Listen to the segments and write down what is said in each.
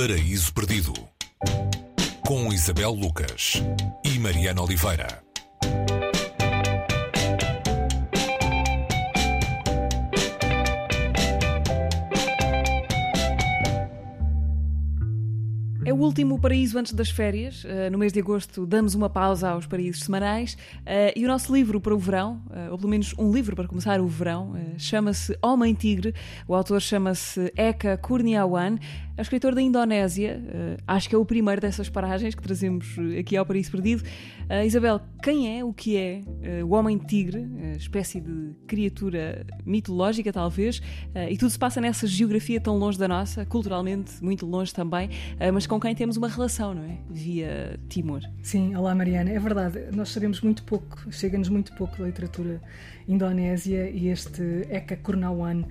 Paraíso Perdido, com Isabel Lucas e Mariana Oliveira. É o último Paraíso antes das férias. No mês de agosto damos uma pausa aos paraísos semanais e o nosso livro para o verão, ou pelo menos um livro para começar o verão, chama-se Homem Tigre. O autor chama-se Eka Kurniawan. É o escritor da Indonésia. Acho que é o primeiro dessas paragens que trazemos aqui ao Paraíso Perdido. Isabel, quem é, o que é o Homem Tigre? Espécie de criatura mitológica, talvez, e tudo se passa nessa geografia tão longe da nossa, culturalmente muito longe também, mas com quem temos uma relação, não é? Via Timor. Sim, olá Mariana, é verdade, nós sabemos muito pouco, chega-nos muito pouco da literatura indonésia e este Eka Kurniawan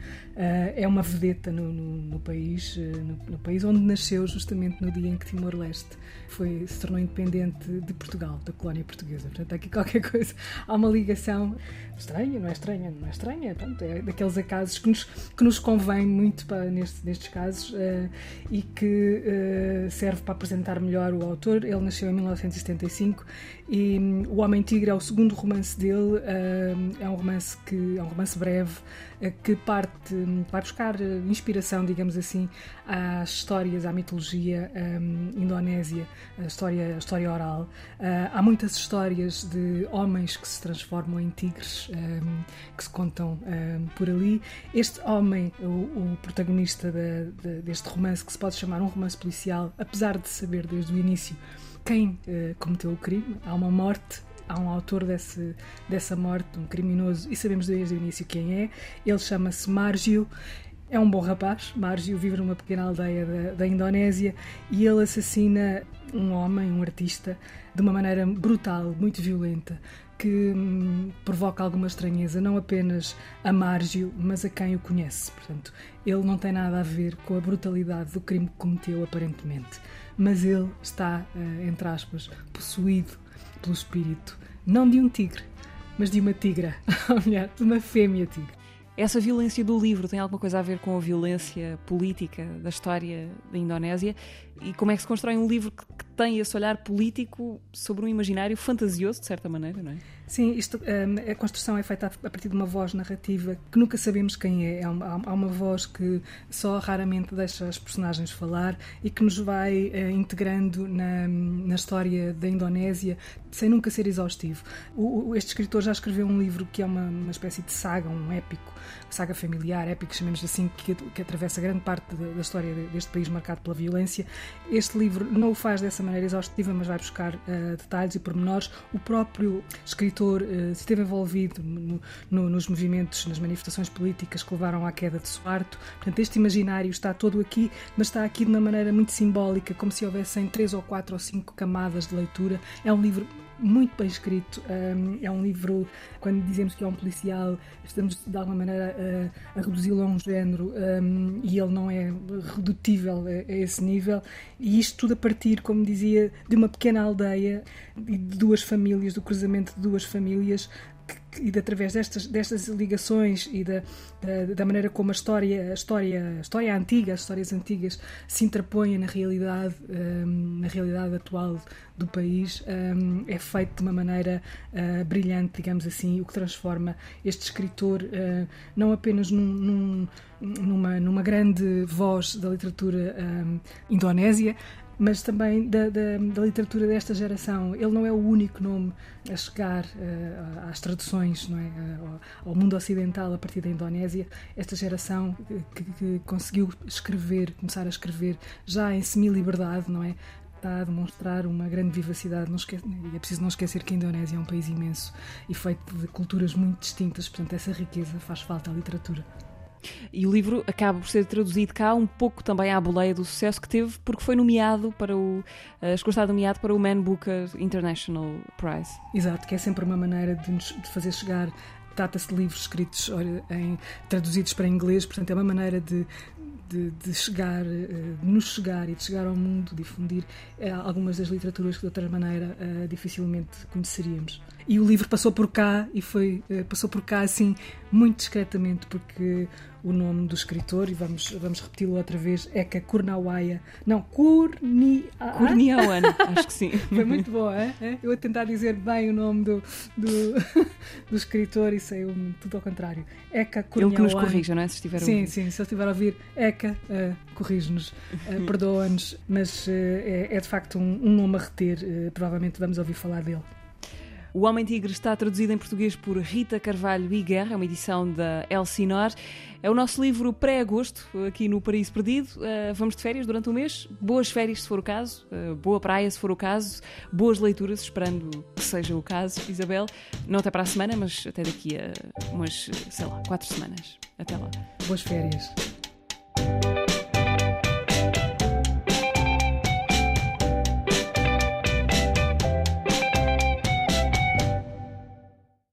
é uma vedeta no país onde nasceu justamente no dia em que Timor-Leste se tornou independente de Portugal, da colónia portuguesa. Portanto, há aqui qualquer coisa, há uma ligação estranha, não é estranha, pronto, é daqueles acasos que nos convém muito nestes casos e que serve para apresentar melhor o autor. Ele nasceu em 1975 e O Homem Tigre é o segundo romance dele. É um romance breve que vai buscar inspiração, digamos assim, às histórias, à mitologia indonésia, a história oral. Há muitas histórias de homens que se transformam em tigres que se contam por ali. Este homem, o protagonista deste romance, que se pode chamar um romance policial, apesar de saber desde o início quem cometeu o crime, há uma morte, há um autor dessa morte, um criminoso, e sabemos desde o início quem é. Ele chama-se Margio. É um bom rapaz. Margio vive numa pequena aldeia da Indonésia e ele assassina um homem, um artista, de uma maneira brutal, muito violenta, que provoca alguma estranheza, não apenas a Margio, mas a quem o conhece. Portanto, ele não tem nada a ver com a brutalidade do crime que cometeu, aparentemente. Mas ele está, entre aspas, possuído pelo espírito, não de um tigre, mas de uma tigra, ou melhor, de uma fêmea tigre. Essa violência do livro tem alguma coisa a ver com a violência política da história da Indonésia? E como é que se constrói um livro que tem esse olhar político sobre um imaginário fantasioso, de certa maneira, não é? Sim, a construção é feita a partir de uma voz narrativa que nunca sabemos quem é. Há uma voz que só raramente deixa as personagens falar e que nos vai integrando na história da Indonésia, sem nunca ser exaustivo. Este escritor já escreveu um livro que é uma espécie de saga, um épico, saga familiar, épico, chamemos assim, que atravessa grande parte da história deste país marcado pela violência. Este livro não o faz dessa maneira exaustiva, mas vai buscar detalhes e pormenores. O próprio escritor esteve envolvido nos movimentos, nas manifestações políticas que levaram à queda de Suharto. Portanto, este imaginário está todo aqui, mas está aqui de uma maneira muito simbólica, como se houvessem 3 ou 4 ou 5 camadas de leitura. É um livro muito bem escrito, é um livro, quando dizemos que é um policial, estamos de alguma maneira a reduzi-lo a um género e ele não é redutível a esse nível, e isto tudo a partir, como dizia, de uma pequena aldeia e de duas famílias, do cruzamento de duas famílias, e através destas ligações e da maneira como a história antiga, as histórias antigas se interpõem na realidade atual do país, é feito de uma maneira brilhante, digamos assim, o que transforma este escritor não apenas numa grande voz da literatura indonésia, mas também da literatura desta geração. Ele não é o único nome a chegar às traduções, não é? Ao mundo ocidental a partir da Indonésia. Esta geração que conseguiu começar a escrever já em semi-liberdade, não é? Está a demonstrar uma grande vivacidade. E é preciso não esquecer que a Indonésia é um país imenso e feito de culturas muito distintas, portanto essa riqueza faz falta à literatura. E o livro acaba por ser traduzido cá um pouco também à boleia do sucesso que teve, porque foi nomeado chegou a estar nomeado para o Man Booker International Prize. Exato, que é sempre uma maneira de fazer chegar. Trata-se de livros escritos traduzidos para inglês, portanto é uma maneira de nos chegar e de chegar ao mundo, difundir algumas das literaturas que de outra maneira dificilmente conheceríamos. e o livro passou por cá e passou por cá assim muito discretamente, porque o nome do escritor, e vamos repeti-lo outra vez, Eka Kurniawan. Não, Kurniawan, acho que sim. Foi muito bom, é? Eu a tentar dizer bem o nome do escritor e saiu tudo ao contrário. Eka Kurniawan. Ele que nos corrija, não é? Se estiver a ouvir. Sim, se ele estiver a ouvir, Eka, corrige-nos, perdoa-nos, mas é de facto um nome a reter, provavelmente vamos ouvir falar dele. O Homem Tigre está traduzido em português por Rita Carvalho e Guerra, é uma edição da Elsinor. É o nosso livro pré-agosto, aqui no Paraíso Perdido. Vamos de férias durante um mês. Boas férias, se for o caso. Boa praia, se for o caso. Boas leituras, esperando que seja o caso, Isabel. Não até para a semana, mas até daqui a umas, 4 semanas. Até lá. Boas férias.